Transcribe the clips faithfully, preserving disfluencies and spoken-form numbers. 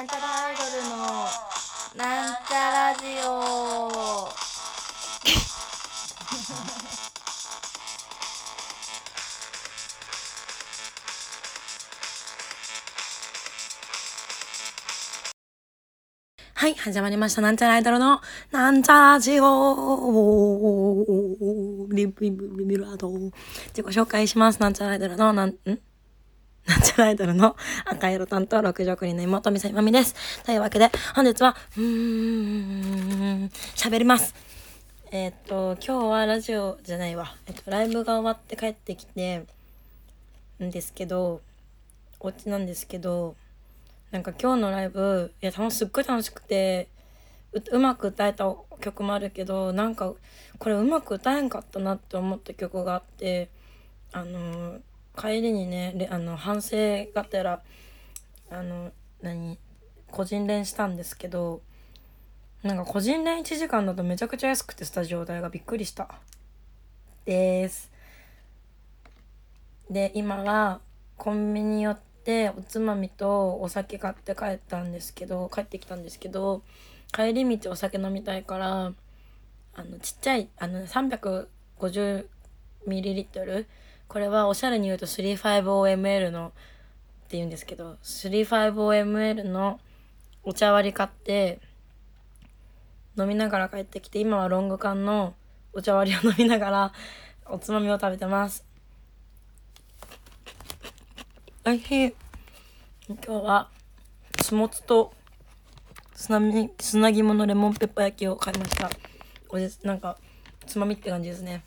なんちゃらアイドルのなんちゃラジオはい、始まりました。なんちゃらアイドルのなんちゃラジオリブリブリブラード自己紹介します。なんちゃらアイドルのなん、んなんちゃらアイドルの赤色担当六条国の妹みさいまみです。というわけで本日はうーん喋ります。えー、っと今日はラジオじゃないわ、えっとライブが終わって帰ってきてんですけど、お家なんですけど、なんか今日のライブいや楽しすっごい楽しくて う, うまく歌えた曲もあるけど、なんかこれうまく歌えんかったなって思った曲があって、あの帰りにねあの反省がてらあの何個人練したんですけど、なんか個人練いちじかんだとめちゃくちゃ安くてスタジオ代がびっくりしたです。で今はコンビニ寄っておつまみとお酒買って帰ったんですけど帰ってきたんですけど帰り道お酒飲みたいからあのちっちゃいあの さんびゃくごじゅうミリリットル、 これはおしゃれに言うと さんびゃくごじゅうエムエル のって言うんですけど さんびゃくごじゅうエムエル のお茶割り買って飲みながら帰ってきて、今はロング缶のお茶割りを飲みながらおつまみを食べてます。おいしい。今日はつもつと砂み砂肝のレモンペッパー焼きを買いました。おじなんかつまみって感じですね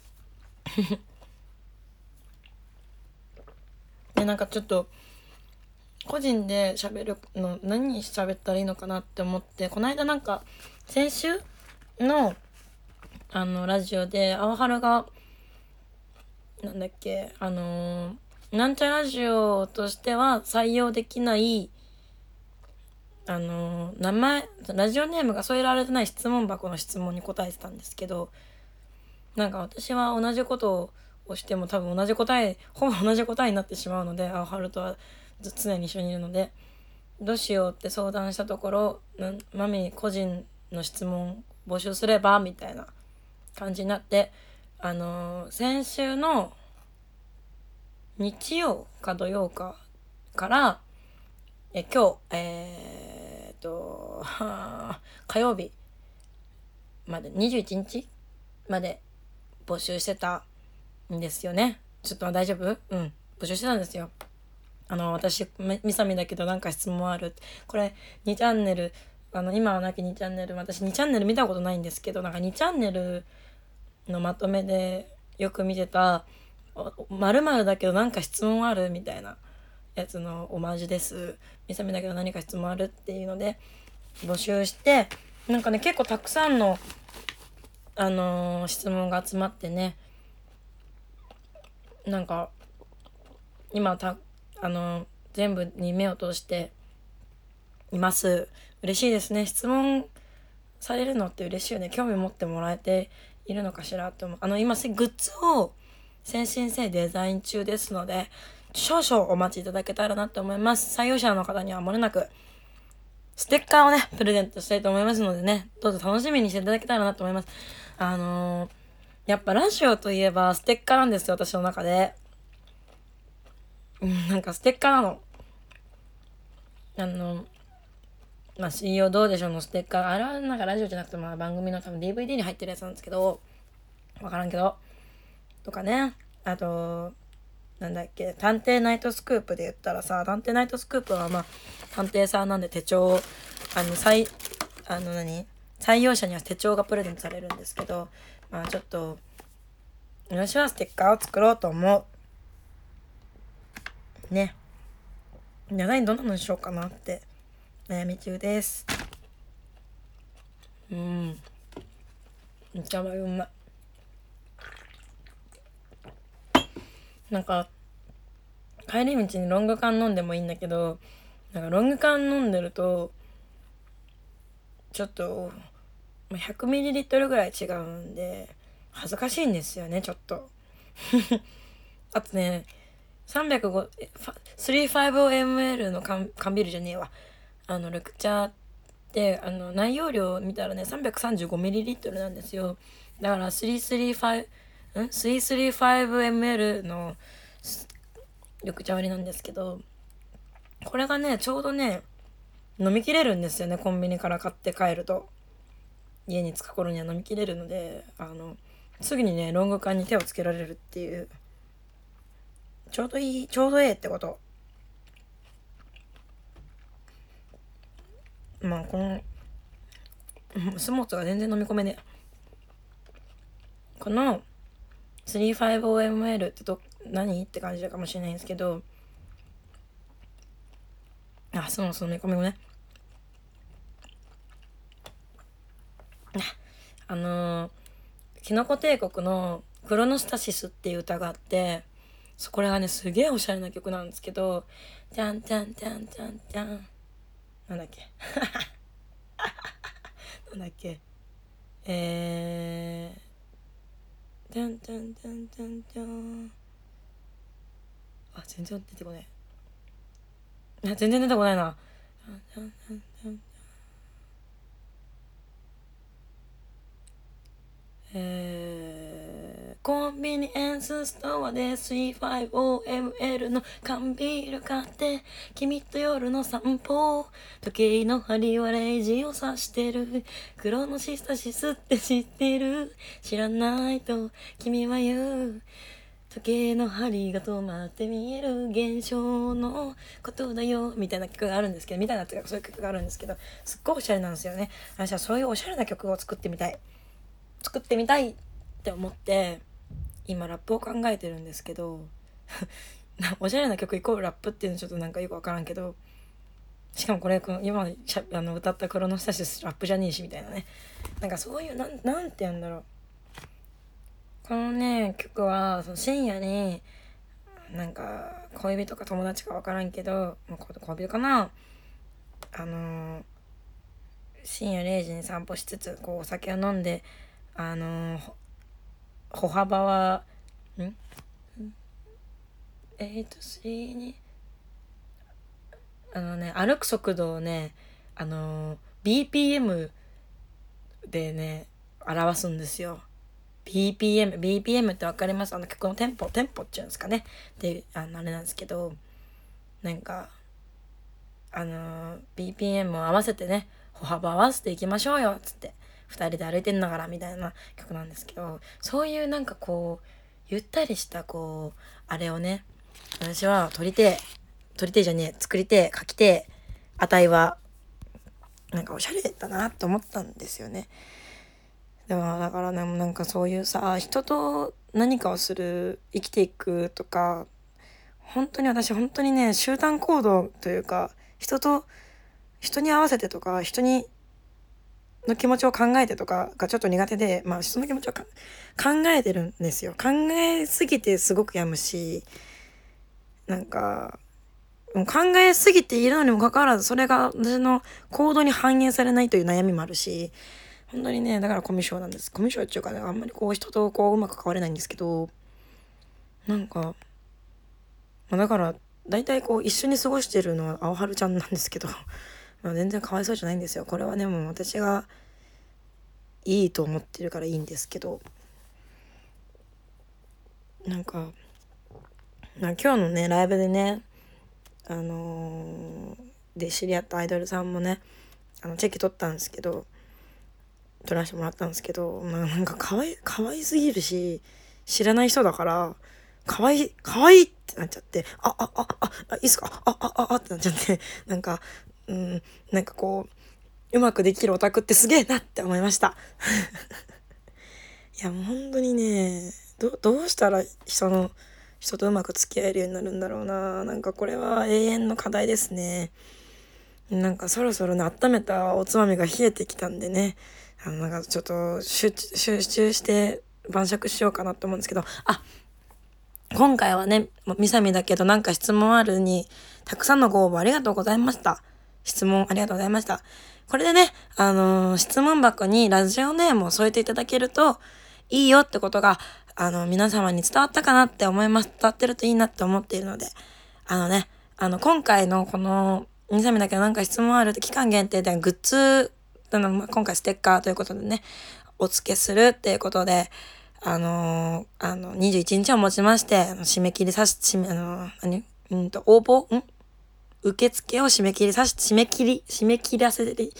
でなんかちょっと個人で喋るの何喋ったらいいのかなって思って、この間なんか先週のあのラジオで青春がなんだっけあのー、なんちゃラジオとしては採用できないあのー、名前ラジオネームが添えられてない質問箱の質問に答えてたんですけど、なんか私は同じことをしても多分同じ答えほぼ同じ答えになってしまうので、青春とは常に一緒にいるのでどうしようって相談したところ、マミ個人の質問募集すればみたいな感じになって、あのー、先週の日曜か土曜かからえ今日えー、っと火曜日までにじゅういちにちまで募集してたんですよね。ちょっと大丈夫？うん募集してたんですよ。あの私みさみだけどなんか質問ある。これにチャンネルあの今はなきにチャンネル、私にチャンネル見たことないんですけど、なんかにチャンネルのまとめでよく見てた〇〇だけどなんか質問あるみたいなやつのオマージュです。みさみだけど何か質問あるっていうので募集して、なんかね結構たくさんのあのー、質問が集まってね、なんか今たあのー、全部に目を通しています。嬉しいですね。質問されるのって嬉しいよね。興味持ってもらえているのかしらと思う。あの今グッズを先進性デザイン中ですので少々お待ちいただけたらなと思います。採用者の方にはもれなくステッカーをねプレゼントしたいと思いますのでね、どうぞ楽しみにしていただけたらなと思います。あのー、やっぱラジオといえばステッカーなんですよ、私の中で。うんなんかステッカーなの。あのまあ水曜どうでしょうのステッカー、あれはなんかラジオじゃなくてまあ番組の多分 ディーブイディー に入ってるやつなんですけど、わからんけどとかね。あとなんだっけ探偵ナイトスクープで言ったらさ、探偵ナイトスクープはまあ探偵さんなんで手帳あの採あの何採用者には手帳がプレゼントされるんですけど、まあちょっと私はステッカーを作ろうと思うね。デザインどんなのにしようかなって悩み中です。うんめっちゃうまい。なんか帰り道にロング缶飲んでもいいんだけど、なんかロング缶飲んでるとちょっと ひゃくミリリットル ぐらい違うんで恥ずかしいんですよねちょっとあとねさんびゃくご さんびゃくごじゅうエムエル の缶缶ビールじゃねえわ、 あの緑茶ってあの内容量見たらね さんびゃくさんじゅうごミリリットル なんですよ。だからさんびゃくさんじゅうごん さんびゃくさんじゅうごエムエル の緑茶割りなんですけど、これがねちょうどね飲みきれるんですよね。コンビニから買って帰ると家に着く頃には飲みきれるので、あのすぐにねロング缶に手をつけられるっていう、ちょうどいいちょうどええってこと。まあこのスモーツが全然飲み込めねえ。この さんびゃくごじゅうエムエル ってど何って感じかもしれないんですけど、あ、そのその飲み込みもね、あのー、キノコ帝国のクロノスタシスっていう歌があって、そこれがねすげえおしゃれな曲なんですけど、じゃんじゃんじゃんじゃんじゃん、なんだっけなんだっけえーじゃんじゃんじゃんじゃんじゃん、あ全然出てこない、全然出てこないな。えー、コンビニエンスストアで さんびゃくごじゅうエムエル の缶ビール買って君と夜の散歩、時計の針はれいじを指してる、クロノシスタシスって知ってる、知らないと君は言う、時計の針が止まって見える現象のことだよみたいな曲があるんですけど、みたいなっていうかそういう曲があるんですけど、すっごいおしゃれなんですよね。私はそういうおしゃれな曲を作ってみたい作ってみたいって思って今ラップを考えてるんですけどおしゃれな曲イコールラップっていうのちょっとなんかよくわからんけど、しかもこれこの今あの歌ったクロノスタシスラップじゃねえしみたいなね、なんかそういうなんなんて言うんだろう、このね曲はその深夜になんか恋人か友達か分からんけど、まあ、恋人かな、あのー、深夜れいじに散歩しつつこうお酒を飲んで、あのー、歩幅はんはちスリーにあのね歩く速度をね、あのー、ビーピーエム でね表すんですよ。ビーピーエム、ビーピーエム ってわかります？あの曲のテンポ、テンポっていうんですかね。で、あの、あれなんですけど、なんか、あのー、ビーピーエム を合わせてね、歩幅合わせていきましょうよ、つって、二人で歩いてんながら、みたいな曲なんですけど、そういうなんかこう、ゆったりした、こう、あれをね、私は撮りてえ、撮りてえじゃねえ、作りてえ、書きてえ、値は、なんかおしゃれだなって思ったんですよね。でもだからね、なんかそういうさ、人と何かをする、生きていくとか、本当に私本当にね、集団行動というか、人と、人に合わせてとか、人に、の気持ちを考えてとかがちょっと苦手で、まあ人の気持ちを考えてるんですよ。考えすぎてすごく病むし、なんか、もう考えすぎているのにもかかわらず、それが私の行動に反映されないという悩みもあるし、本当にね、だからコミュ障なんです。コミュ障っていうかね、あんまりこう人とこううまく関われないんですけど、なんか、まあ、だから、大体こう一緒に過ごしてるのは青春ちゃんなんですけど、まあ全然かわいそうじゃないんですよ。これはね、もう私がいいと思ってるからいいんですけど、なんか、まあ、今日のね、ライブでね、あのー、で知り合ったアイドルさんもね、あのチェキ取ったんですけど、撮らせてもらったんですけど、まあ、なんか可愛い可愛すぎるし、知らない人だから可愛い可愛いってなっちゃって、あああああいいっすか、ああああってなっちゃって、なんかうんなんかこううまくできるオタクってすげえなって思いました。いやもう本当にね、どどうしたら人の人とうまく付き合えるようになるんだろうな。なんかこれは永遠の課題ですね。なんかそろそろね、温めたおつまみが冷えてきたんでね、あのなんかちょっと集中集中して晩酌しようかなと思うんですけど、あ、今回はね、みさみだけどなんか質問あるに、たくさんのご応募ありがとうございました。質問ありがとうございました。これでね、あのー、質問箱にラジオネームを添えていただけるといいよってことが、あの、皆様に伝わったかなって思います。伝わってるといいなって思っているので、あのね、あの、今回のこのみさみだけどなんか質問あるって期間限定でグッズ、あの、まあ、今回ステッカーということでね、お付けするっていうことで、あのー、あの、にじゅういちにちをもちまして、あの締め切りさし、締め、あのー、何うんと、応募ん受付を締め切りさし、締め切り、締め切らせて、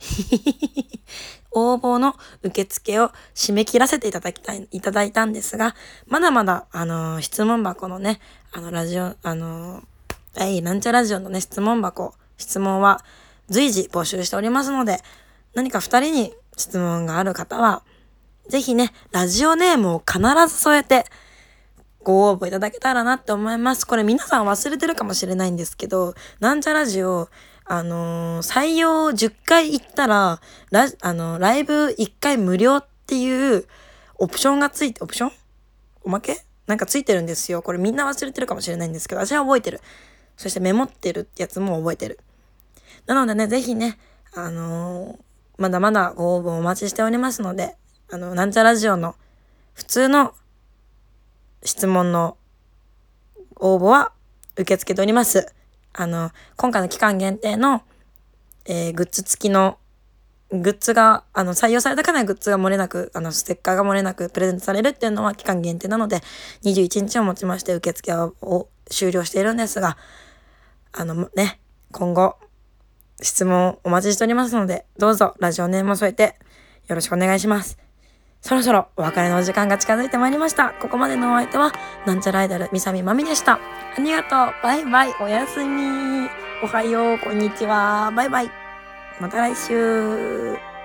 応募の受付を締め切らせていただきたい、いただいたんですが、まだまだ、あのー、質問箱のね、あの、ラジオ、あのー、えい、なんちゃラジオのね、質問箱、質問は随時募集しておりますので、何か二人に質問がある方は、ぜひね、ラジオネームを必ず添えてご応募いただけたらなって思います。これ皆さん忘れてるかもしれないんですけど、なんちゃラジオ、あのー、採用じゅっかい行ったら、ラ、あのー、ライブいっかい無料っていうオプションがついて、オプションおまけなんかついてるんですよ。これみんな忘れてるかもしれないんですけど、私は覚えてる。そしてメモってるやつも覚えてる。なのでね、ぜひね、あのー、まだまだご応募お待ちしておりますので、あの、なんちゃラジオの普通の質問の応募は受け付けております。あの、今回の期間限定の、えー、グッズ付きの、グッズが、あの、採用されたかないグッズが漏れなく、あの、ステッカーが漏れなくプレゼントされるっていうのは期間限定なので、にじゅういちにちをもちまして受付を終了しているんですが、あのね、今後、質問お待ちしておりますので、どうぞラジオネームを添えてよろしくお願いします。そろそろお別れのお時間が近づいてまいりました。ここまでのお相手は、なんちゃらアイドル、みさみまみでした。ありがとう。バイバイ。おやすみ。おはよう。こんにちは。バイバイ。また来週。